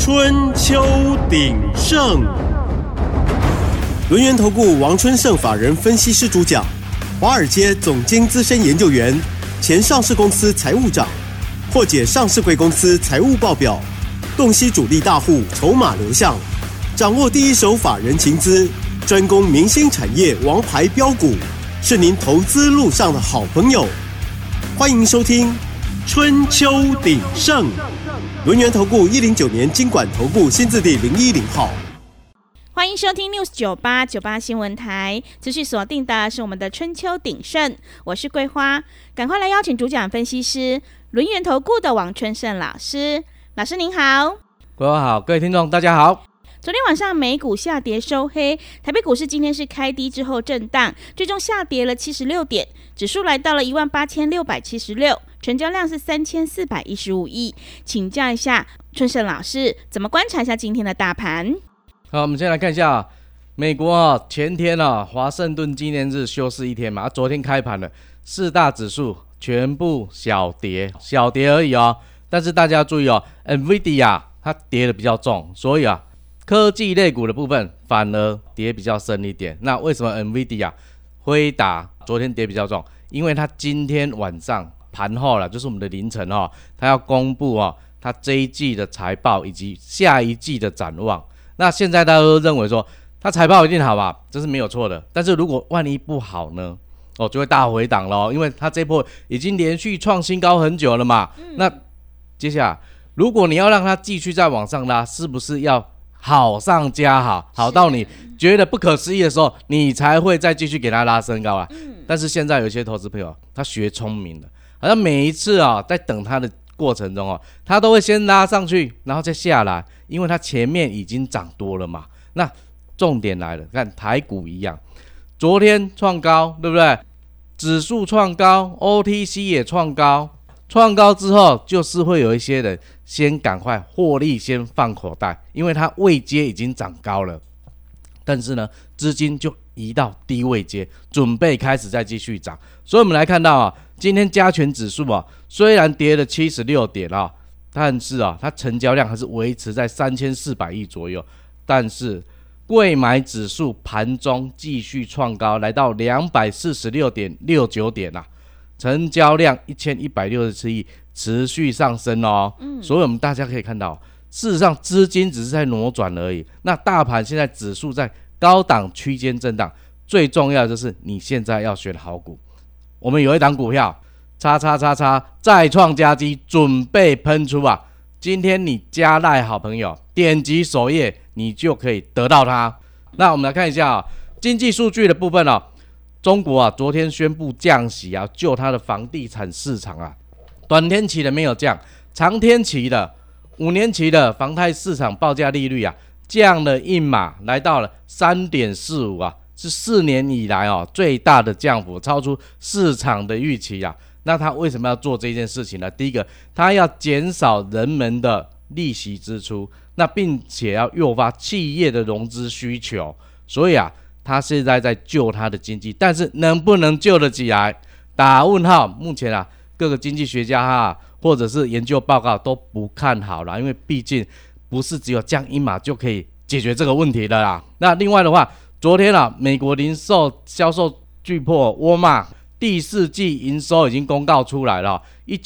春秋鼎盛。轮源投顾王春盛法人分析师主讲，华尔街总经资深研究员，前上市公司财务长，破解上市贵公司财务报表，洞悉主力大户筹码流向，掌握第一手法人情资，专攻明星产业王牌标股，是您投资路上的好朋友。欢迎收听春秋鼎盛。轮源投顾109年金管投顾新字第010号。 欢迎收听 News98 新闻台，持续锁定的是我们的春秋鼎盛，我是桂花，赶快来邀请主讲分析师轮源投顾的王春盛老师。老师您好。 桂花好，各位听众大家好。 昨天晚上美股下跌收黑，台北股市今天是开低之后震荡，最终下跌了76点，指数来到了18676，成交量是3415亿。请教一下春盛老师，怎么观察一下今天的大盘？ 好，我们先来看一下美国前天华盛顿纪念日休市一天嘛，昨天开盘了，四大指数全部小跌而已但是大家注意NVIDIA 它跌的比较重，所以科技类股的部分反而跌比较深一点。那为什么 NVIDIA 辉达昨天跌比较重？因为它今天晚上盘后了，就是我们的凌晨它要公布它这一季的财报以及下一季的展望。那现在大家都认为说它财报一定好吧，这是没有错的。但是如果万一不好呢？就会大回档咯，因为它这波已经连续创新高很久了嘛。那接下来如果你要让它继续再往上拉，是不是要好上加好，好到你觉得不可思议的时候，你才会再继续给它拉升高但是现在有些投资朋友他学聪明了，好像每一次在等它的过程中他都会先拉上去然后再下来，因为它前面已经涨多了嘛。那重点来了，看台股一样，昨天创高对不对？指数创高， OTC 也创高之后，就是会有一些人先赶快获利先放口袋，因为它位阶已经涨高了，但是呢资金就移到低位阶，准备开始再继续涨。所以我们来看到今天加权指数虽然跌了76点但是它成交量还是维持在3400亿左右。但是柜买指数盘中继续创高，来到246.69点成交量1167亿，持续上升所以我们大家可以看到，事实上资金只是在挪转而已。那大盘现在指数在高档区间震荡，最重要的就是你现在要选好股。我们有一档股票再创佳绩，准备喷出今天你加赖好朋友点击首页，你就可以得到它。那我们来看一下经济数据的部分中国昨天宣布降息救它的房地产市场短天期的没有降，长天期的5年期的房贷市场报价利率降了一码，来到了 3.45 是4年以来最大的降幅，超出市场的预期那他为什么要做这件事情呢？第一个，他要减少人们的利息支出，那并且要诱发企业的融资需求，所以他现在在救他的经济，但是能不能救得起来？打问号。目前各个经济学家或者是研究报告都不看好了，因为毕竟不是只有降一码就可以解决这个问题的啦。那另外的话，昨天美国零售销售巨擘沃尔玛第四季营收已经公告出来了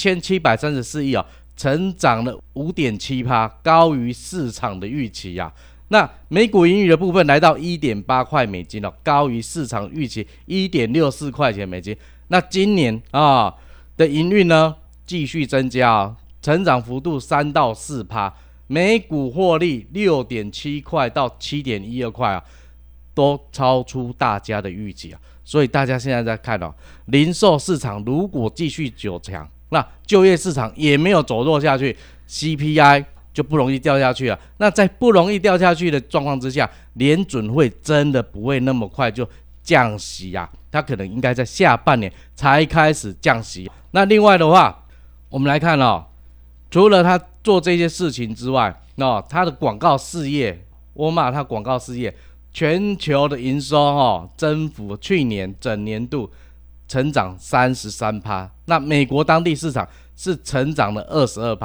，1734亿成长了 5.7%， 高于市场的预期那每股盈余的部分来到 1.8 块美金高于市场预期 1.64 块钱美金。那今年的营运呢继续增加成长幅度3到 4%， 每股获利 6.7 块到 7.12 块都超出大家的预期所以大家现在在看零售市场如果继续走强，那就业市场也没有走弱下去， CPI 就不容易掉下去了。那在不容易掉下去的状况之下，联准会真的不会那么快就降息它可能应该在下半年才开始降息。那另外的话，我们来看除了他做这些事情之外他的广告事业，沃尔玛它广告事业全球的营收增幅去年整年度成长 33%， 那美国当地市场是成长了 22%，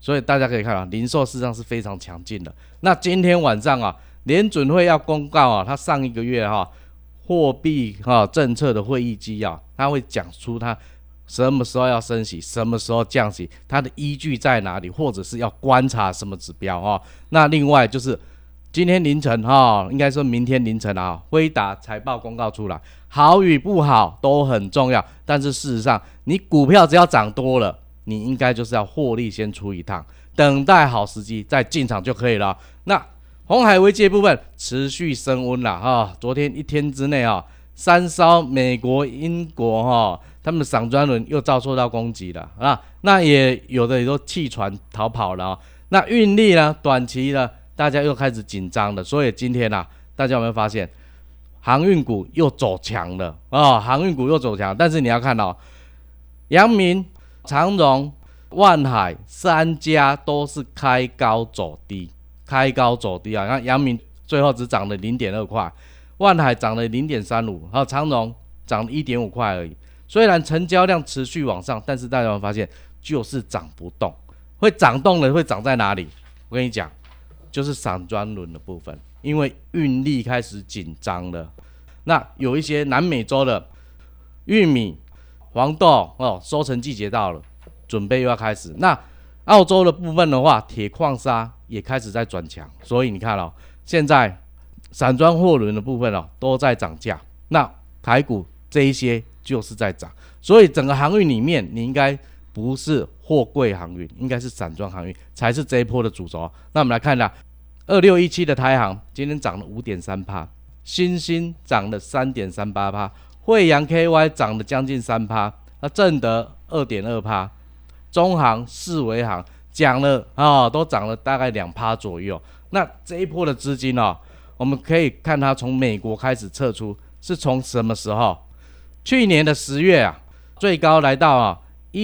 所以大家可以看啊，零售市场是非常强劲的。那今天晚上啊，联准会要公告啊，它上一个月货币政策的会议纪要，它会讲出它什么时候要升息，什么时候降息，它的依据在哪里，或者是要观察什么指标那另外就是今天凌晨应该说明天凌晨辉达财报公告出来，好与不好都很重要，但是事实上你股票只要涨多了，你应该就是要获利先出一趟，等待好时机再进场就可以了。那红海危机的部分持续升温了昨天一天之内3艘美国、英国他们的散装轮又遭受到攻击了那也有的也都弃船逃跑了那运力呢，短期呢大家又开始紧张了，所以今天大家有没有发现航运股又走强了航运股又走强，但是你要看阳明、长荣、万海3家都是开高走低那阳明最后只涨了 0.2 块，万海涨了 0.35， 还有长荣涨了 1.5 块而已。虽然成交量持续往上，但是大家会发现就是涨不动。会涨动的会涨在哪里？我跟你讲，就是散装轮的部分，因为运力开始紧张了。那有一些南美洲的玉米、黄豆收成季节到了，准备又要开始。那澳洲的部分的话，铁矿砂也开始在转强，所以你看现在散装货轮的部分都在涨价，那台股这一些就是在涨，所以整个航运里面，你应该不是货柜航运，应该是散装航运才是这一波的主轴。那我们来看一下2617的台航今天涨了 5.3%， 新兴涨了 3.38%， 惠阳 KY 涨了将近 3%， 那正德 2.2%， 中航、世维航讲了都涨了大概 2% 左右。那这一波的资金我们可以看它从美国开始撤出，是从什么时候？去年的10月最高来到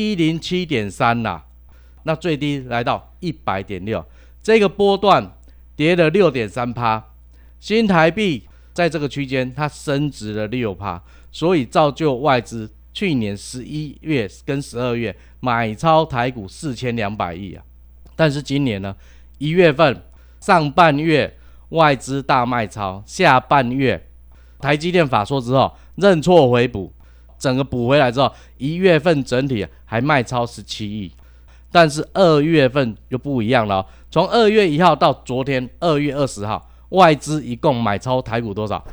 107.3那最低来到 100.6， 这个波段跌了 6.3%， 新台币在这个区间它升值了 6%， 所以造就外资去年11月跟12月买超台股4200亿但是今年呢，1月份上半月外资大卖超，下半月台积电法说之后认错回补，整个补回来之后，1月份整体还卖超17亿，但是2月份就不一样了从2月1号到昨天2月20号，外资一共买超台股多少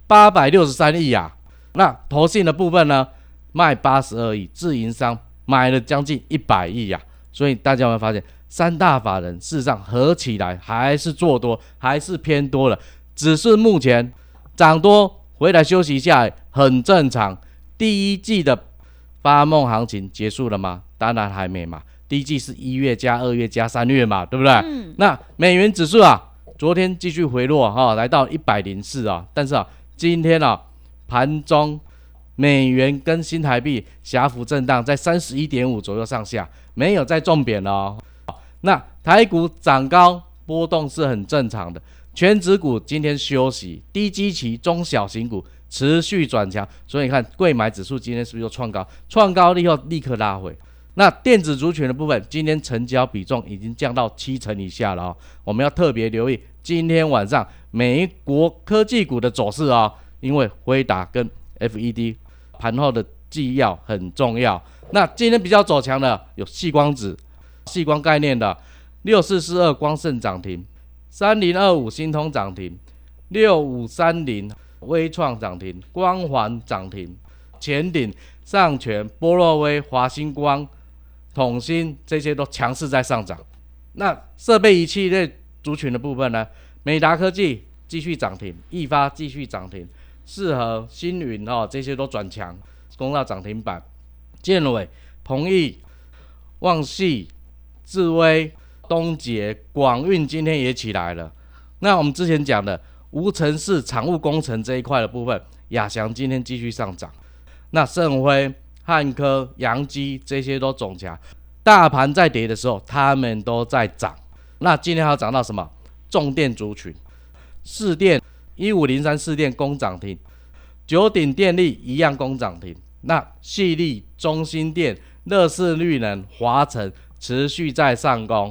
？863亿那投信的部分呢，卖82亿，自营商买了将近100亿所以大家有没有发现，三大法人事实上合起来还是做多，还是偏多了，只是目前涨多回来休息一下很正常。第一季的发梦行情结束了吗？当然还没嘛，第一季是1月加2月加3月嘛，对不对？那美元指数昨天继续回落来到104但是今天盘中美元跟新台币狭幅震荡在 31.5 左右上下，没有再重贬了那台股涨高波动是很正常的，全指股今天休息，低基期中小型股持续转强，所以你看柜买指数今天是不是又创高？创高以后立刻拉回。那电子族群的部分，今天成交比重已经降到70%以下了我们要特别留意今天晚上美国科技股的走势因为辉达跟 FED 盘后的纪要很重要。那今天比较走强的有矽光子、矽光概念的6442光盛涨停，3025新通涨停，6530微创涨停，光环涨停，前鼎、上全、波若威、华星光、统新这些都强势在上涨。那设备仪器类族群的部分呢，美达科技继续涨停，易发继续涨停，世和、星云这些都转强，攻到涨停板。建伟、鹏毅、旺系、智威、东杰、广运今天也起来了。那我们之前讲的无尘室厂务工程这一块的部分，亚翔今天继续上涨。那盛辉、汉科、阳基这些都走强，大盘在跌的时候，他们都在涨。那今天还要涨到什么？重电族群，市电1503市电攻涨停，九鼎电力一样攻涨停。那细粒、中兴电、乐视绿能、华城持续在上攻。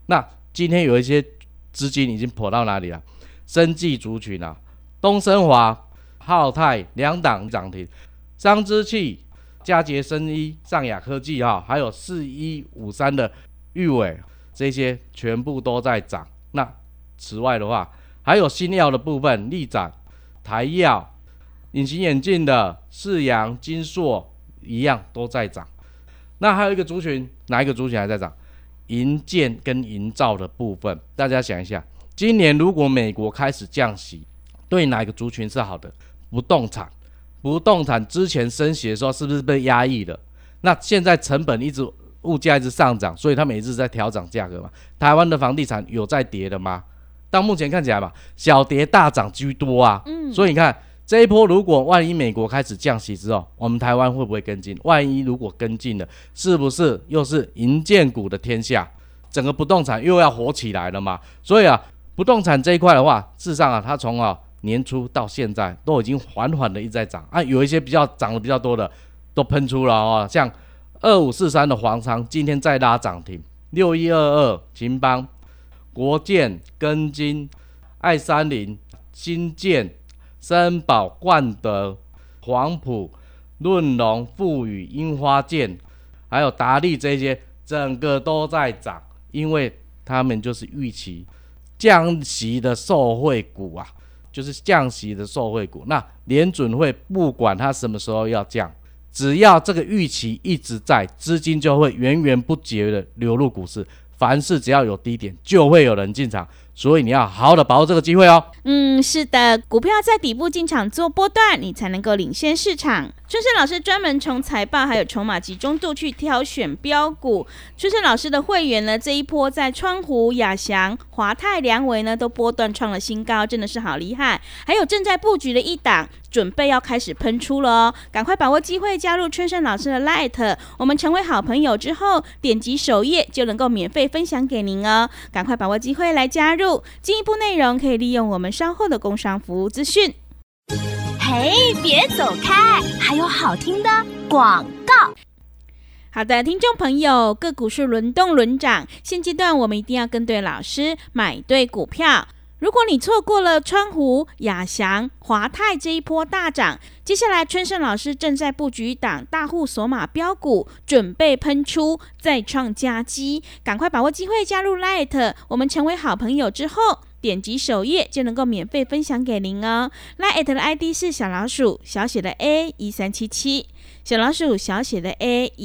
那今天有一些资金已经跑到哪里了？生技族群啊，东升华、浩泰两档涨停，商之气、佳捷生医、上亚科技还有4153的裕伟，这些全部都在涨。那此外的话，还有新药的部分，力展、台药、隐形眼镜的世阳、金硕一样都在涨。那还有一个族群，哪一个族群还在涨？营建跟营造的部分，大家想一下，今年如果美国开始降息，对哪个族群是好的？不动产。不动产之前升息的时候是不是被压抑了？那现在成本物价一直上涨，所以他们一直在调涨价格嘛。台湾的房地产有在跌的吗？到目前看起来嘛，小跌大涨居多啊。所以你看这一波，如果万一美国开始降息之后，我们台湾会不会跟进？万一如果跟进了，是不是又是营建股的天下？整个不动产又要火起来了嘛？所以不动产这一块的话，事实上它从年初到现在都已经缓缓的一直在涨有一些涨得比较多的都喷出了像2543的黄长今天再拉涨停，6122秦邦、国建、根金、爱三菱、新建、森宝、冠德、黄埔、润隆、富宇、樱花建还有达利，这些整个都在涨，因为他们就是预期降息的受惠股就是降息的受惠股。那联准会不管它什么时候要降，只要这个预期一直在，资金就会源源不绝的流入股市，凡事只要有低点就会有人进场，所以你要好好的把握这个机会是的，股票在底部进场做波段，你才能够领先市场。春盛老师专门从财报还有筹码集中度去挑选标股。春盛老师的会员呢，这一波在川湖、亚翔、华泰、良维呢都波段创了新高，真的是好厉害。还有正在布局的一档，准备要开始喷出了赶快把握机会加入春盛老师的 Light， 我们成为好朋友之后，点击首页就能够免费分享给您赶快把握机会来加入。进一步内容可以利用我们稍后的工商服务资讯。 嘿，别走开，还有好听的广告。 好的，听众朋友，个股是轮动轮涨，现阶段我们一定要跟对老师，买对股票。如果你错过了川湖、亚翔、华泰这一波大涨，接下来春盛老师正在布局档大户索码标股，准备喷出，再创佳绩，赶快把握机会加入 Light， 我们成为好朋友之后，点击首页就能够免费分享给您Light 的 ID 是小老鼠小写的 A1377， 小老鼠小写的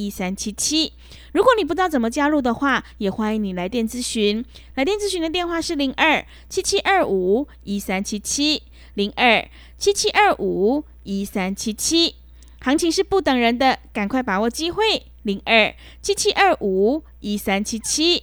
A1377。如果你不知道怎么加入的话，也欢迎你来电咨询。来电咨询的电话是02-7725-1377 02-7725-1377。行情是不等人的，赶快把握机会。02-7725-1377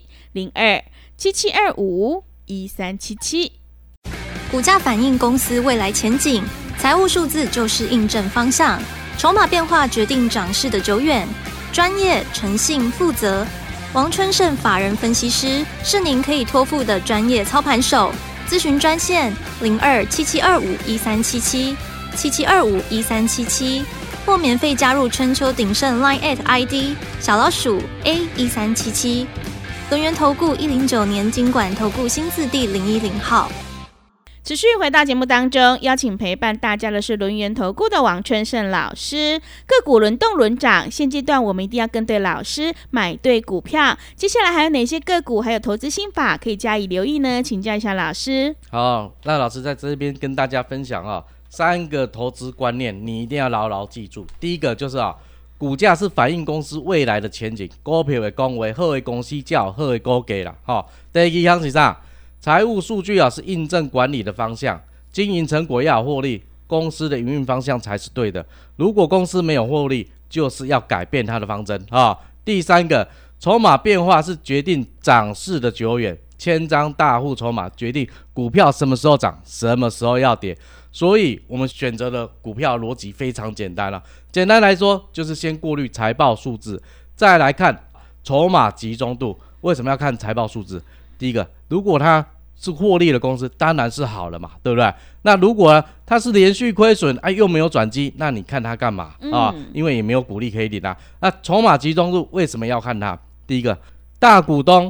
02-7725-1377。 股价反映公司未来前景，财务数字就是印证方向，筹码变化决定涨势的久远。专业、诚信、负责，王春盛法人分析师是您可以托付的专业操盘手。咨询专线02-7725-1377 7725-1377，或免费加入春秋鼎盛 Line@ ID 小老鼠 A1377。轮源投顾109年金管投顾新字第010号。 持续回到节目当中，邀请陪伴大家的是轮源投顾的王春盛老师。个股轮动轮涨，现阶段我们一定要跟对老师，买对股票。接下来还有哪些个股还有投资心法可以加以留意呢？请教一下老师。 好，那老师在这边跟大家分享3个投资观念，你一定要牢牢记住。第一个就是股价是反映公司未来的前景，股票的讲话，好的公司才有好的股价啦。第二项是啥？财务数据是印证管理的方向，经营成果要有获利，公司的营运方向才是对的。如果公司没有获利，就是要改变它的方针第三个，筹码变化是决定涨势的久远，千张大户筹码决定股票什么时候涨，什么时候要跌。所以我们选择的股票逻辑非常简单简单来说，就是先过滤财报数字，再来看筹码集中度。为什么要看财报数字？第一个，如果它是获利的公司，当然是好了嘛，对不对？那如果它是连续亏损又没有转机，那你看它干嘛因为也没有股利可以领那筹码集中度为什么要看它？第一个，大股东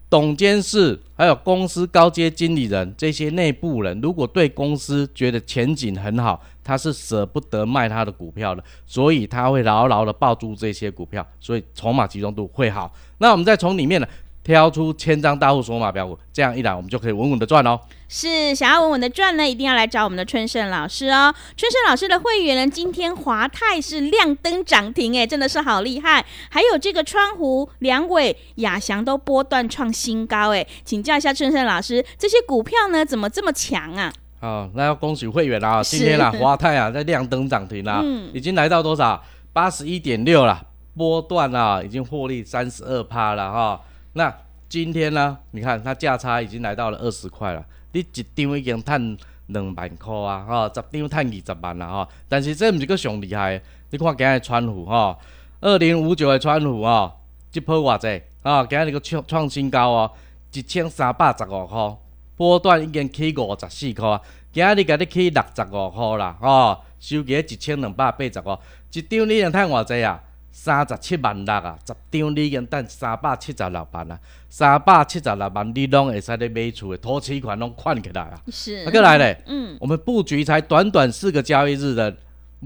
董监事还有公司高阶经理人这些内部人，如果对公司觉得前景很好，他是舍不得卖他的股票的，所以他会牢牢的抱住这些股票，所以筹码集中度会好。那我们再从里面呢挑出千张大户筹码标股，这样一来我们就可以稳稳的赚哦。 是，想要稳稳的赚呢，一定要来找我们的春盛老师哦。春盛老师的会员呢，今天华泰是亮灯涨停，真的是好厉害。还有这个川湖、良伟、亚翔都波段创新高，请教一下春盛老师，这些股票呢怎么这么强啊？ 那要恭喜会员啦！今天华泰在亮灯涨停啦，已经来到多少？81.6啦，波段已经获利32%了哈。那今天呢？你看它价差已经来到了20块了，你一张已经赚2万块啊，10张赚20万啦哈。但是这不是个上厉害的，你看今日川湖2059的川湖这波偌济今日个创新高1315块，波段已经起54块，今日甲你起65块啦收价1280块，一张你能赚偌济啊？37万6啊，10张你已经赚376万啊，376万你拢会使咧买厝的头期款拢款起来啊。 是， 过来咧，我们布局才短短4个交易日的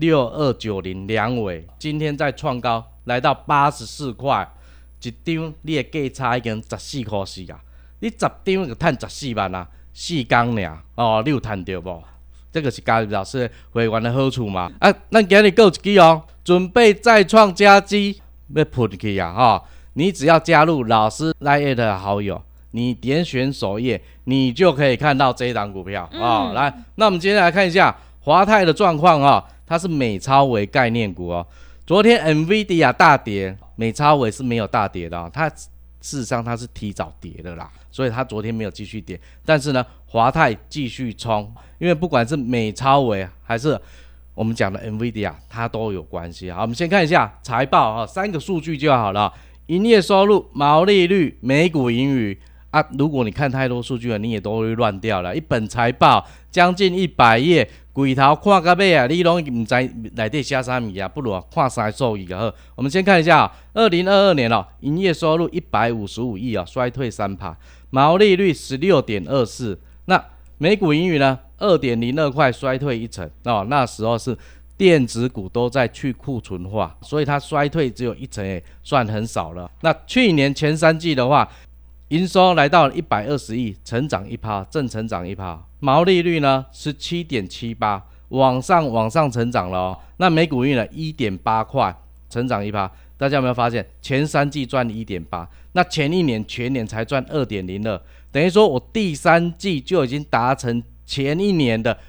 6290良伟，今天再创高来到84块，一张你的价差已经14块4啊，你10张就赚14万啊，4天尔你有赚到无？这个是加入老师会员的好处嘛？咱今日还有一支准备再创佳绩要喷去啊！你只要加入老师 LINE 的好友，你点选首页，你就可以看到这一档股票来，那我们接下来看一下华泰的状况它是美超微概念股昨天 NVIDIA 大跌，美超微是没有大跌的它事实上它是提早跌的啦，所以它昨天没有继续跌。但是呢，华泰继续冲，因为不管是美超微还是我们讲的 NVIDIA， 它都有关系。好，我们先看一下财报3个数据就好了：营业收入、毛利率、每股盈余如果你看太多数据了，你也都会乱掉了。一本财报将近100页，规头看到尾你都不知内底写啥物不如看3数字就好。我们先看一下2022年营业收入155亿衰退3%，毛利率16.24%，那每股盈余呢2.02块，衰退1成那时候是电子股都在去库存化，所以它衰退只有1成，算很少了。那去年前3季的话，营收来到120亿，成长1%，正成长1%，毛利率呢17.78%，往上成长了那每股盈余呢1.8块，成长1%。大家有没有发现前3季赚 1.8， 那前一年全年才赚 2.02， 等于说我第3季就已经达成前一年的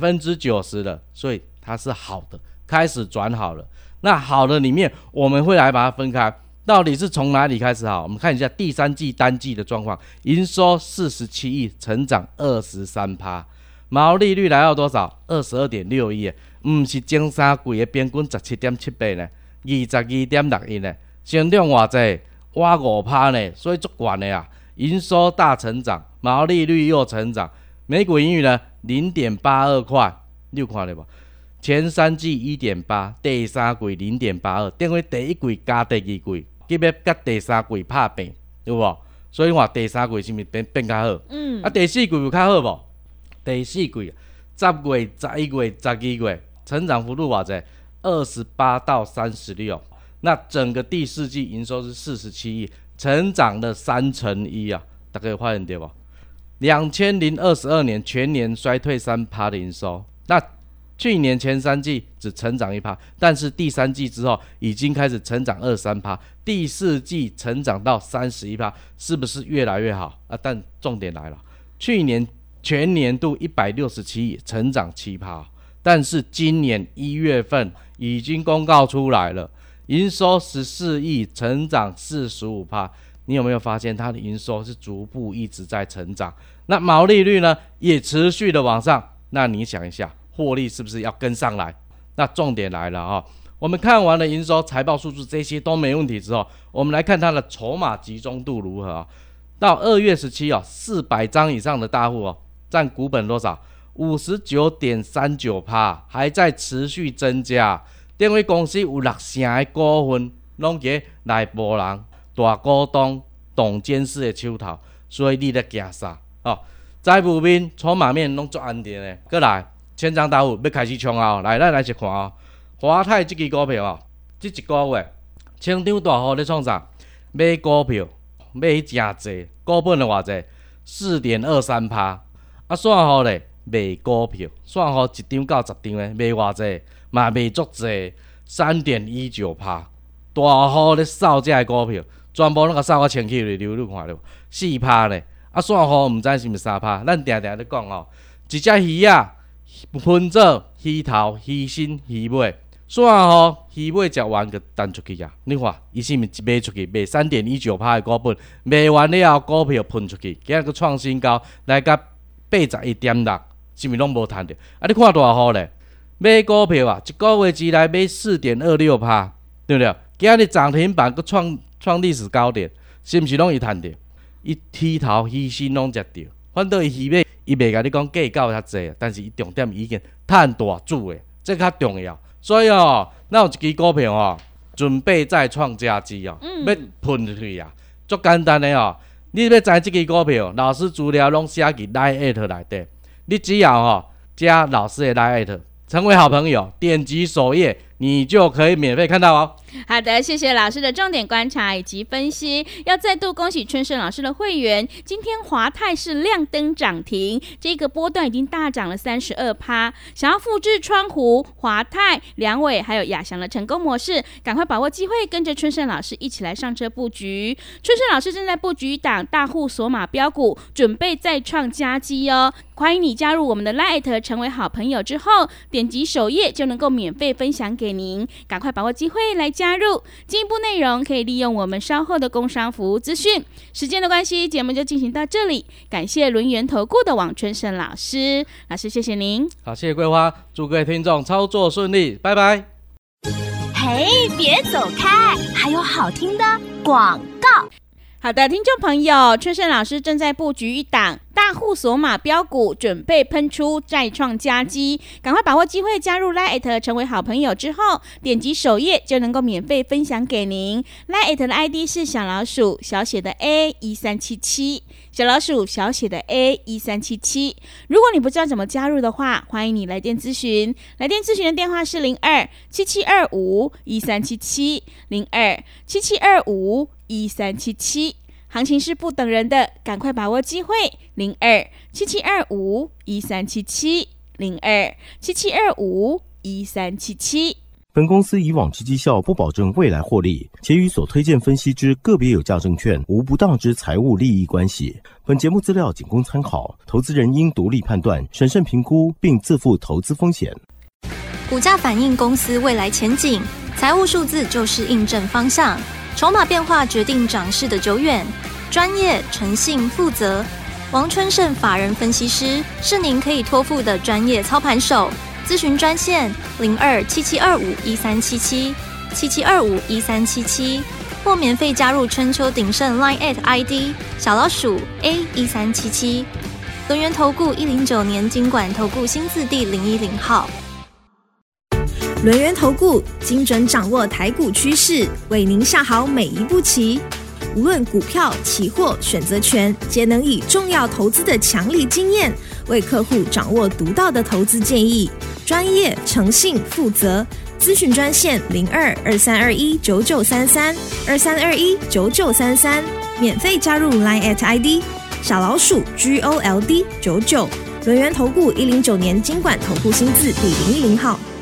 90% 了，所以它是好的，开始转好了。那好的里面我们会来把它分开，到底是从哪里开始好？我们看一下第3季单季的状况，营收47亿，成长 23%， 毛利率来到多少 22.6 亿，不是前3季的平均 17.7 倍呢， 22.6 亿呢，成长多少？哇 5% 呢，所以足悬的啊！营收大成长，毛利率又成长，每股盈余呢 0.82 块，你有看到无？前3季 1.8， 第3季 0.82， 等于第1季加第2季，结果甲第3季拍平，有无？所以话第3季是不是变较好？第4季有较好无？第4季10月、11月、12月成长幅度多少？28到36。那整个第4季营收是47亿，成长了3成1啊！大家有发现对不？2022年全年衰退 3% 的营收，那去年前3季只成长 1%， 但是第3季之后已经开始成长 23%， 第4季成长到 31%， 是不是越来越好但重点来了，去年全年度167亿，成长 7%， 但是今年1月份已经公告出来了，营收14亿，成长 45%， 你有没有发现它的营收是逐步一直在成长？那毛利率呢也持续的往上，那你想一下，获利是不是要跟上来？那重点来了我们看完了营收、财报数字这些都没问题之后，我们来看它的筹码集中度如何到2月17日400张以上的大户占股本多少？ 59.39%， 还在持续增加。等于公司有6成的股份拢给内部人、大股东、 董监事的手头，所以你咧惊啥？哦，财务面、筹码面拢足安定的。过来，千张大户要开始冲啊！来，咱来一看哦，华泰这支股票哦，这一个月，清张大户咧创啥？买股票买真济，股本的偌济，4.23%。啊，算好咧，卖股票，算好一张到10张的，卖偌济，嘛卖足济，3.19%。大户咧扫这个股票，全部拢甲扫到清气流，你看到4%呢？啊，算好毋知是毋是3%？咱定定咧讲哦，一只鱼啊，分做鱼头、鱼身、鱼尾。算好，鱼尾食完就弹出去啊！你看，伊是毋是卖出去卖3.19%的股本，卖完了后股票喷出去，今日佫创新高，来到81.6，是毋是拢无趁着？啊，你看大户咧，买股票啊，一个月之内买4.26%，对不对？今日涨停板佫创历史高点，是毋是拢伊趁着？伊鱼头鱼身拢食着，反倒伊鱼尾，伊袂甲你讲计较遐济，但是伊重点已经趁大主的，这较重要。所以哦，咱有一支股票哦，准备再创佳绩哦，要喷出去啊，足简单的哦。你要知这支股票，老师资料拢写伫 LINE@ 内底，你只要哦加老师的 LINE@，成为好朋友，点击首页，你就可以免费看到哦。 好的，谢谢老师的重点观察以及分析。要再度恭喜春盛老师的会员，今天华泰是亮灯涨停，这个波段已经大涨了32%。想要复制川湖、华泰、良伟还有亚翔的成功模式，赶快把握机会，跟着春盛老师一起来上车布局。春盛老师正在布局一档大户锁码标股，准备再创佳绩哦。欢迎你加入我们的 LINE 成为好朋友之后，点击首页就能够免费分享给您，赶快把握机会来加入。进一步内容可以利用我们稍后的工商服务资讯。时间的关系，节目就进行到这里，感谢轮源投顾的王春盛老师，老师谢谢您。 好，谢谢桂花，祝各位听众操作顺利，拜拜。 嘿，别走开，还有好听的广告。 好的，听众朋友，春盛老师正在布局一档大户锁码标股，准备喷出再创佳绩，赶快把握机会加入 LINE@ 成为好朋友之后，点击首页就能够免费分享给您。LINE 的 ID 是小老鼠小写的 A1377， 小老鼠小写的 A1377。如果你不知道怎么加入的话，欢迎你来电咨询，来电咨询的电话是02-7725-1377 02-7725-1377。行情是不等人的，赶快把握机会，02-7725-1377 02-7725-1377。 本公司以往之绩效不保证未来获利，且与所推荐分析之个别有价证券无不当之财务利益关系。本节目资料仅供参考，投资人应独立判断、审慎评估，并自负投资风险。 股价反映公司未来前景，财务数字就是印证方向。筹码变化决定涨势的久远，专业、诚信、负责。王春盛法人分析师是您可以托付的专业操盘手。咨询专线02-7725-1377 7725-1377，或免费加入春秋鼎盛 LINE@ ID 小老鼠 A1377。轮源投顾109年金管投顾新字第010号。 轮源投顾精准掌握台股趋势，为您下好每一步棋。无论股票、期货、选择权，皆能以重要投资的强力经验，为客户掌握独到的投资建议。专业、诚信、负责。咨询专线02-2321-9933 2321-9933，免费加入 LINE@ ID 小老鼠 GOLD99。轮源投顾109年金管投顾新字第010号。